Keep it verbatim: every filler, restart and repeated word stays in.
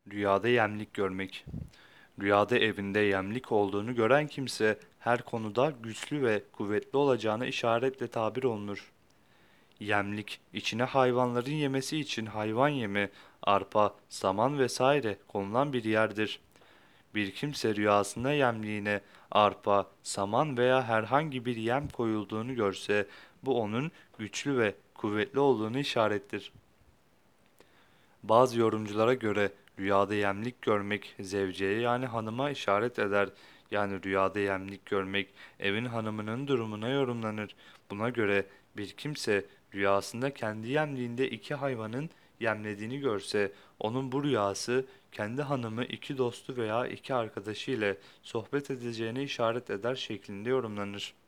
Rüyada yemlik görmek. Rüyada evinde yemlik olduğunu gören kimse her konuda güçlü ve kuvvetli olacağına işaretle tabir olunur. Yemlik, içine hayvanların yemesi için hayvan yemi, arpa, saman vesaire konulan bir yerdir. Bir kimse rüyasında yemliğine arpa, saman veya herhangi bir yem koyulduğunu görse, bu onun güçlü ve kuvvetli olduğunu işarettir. Bazı yorumculara göre rüyada yemlik görmek zevceye yani hanıma işaret eder. Yani rüyada yemlik görmek evin hanımının durumuna yorumlanır. Buna göre bir kimse rüyasında kendi yemliğinde iki hayvanın yemlediğini görse onun bu rüyası kendi hanımı iki dostu veya iki arkadaşı ile sohbet edeceğine işaret eder şeklinde yorumlanır.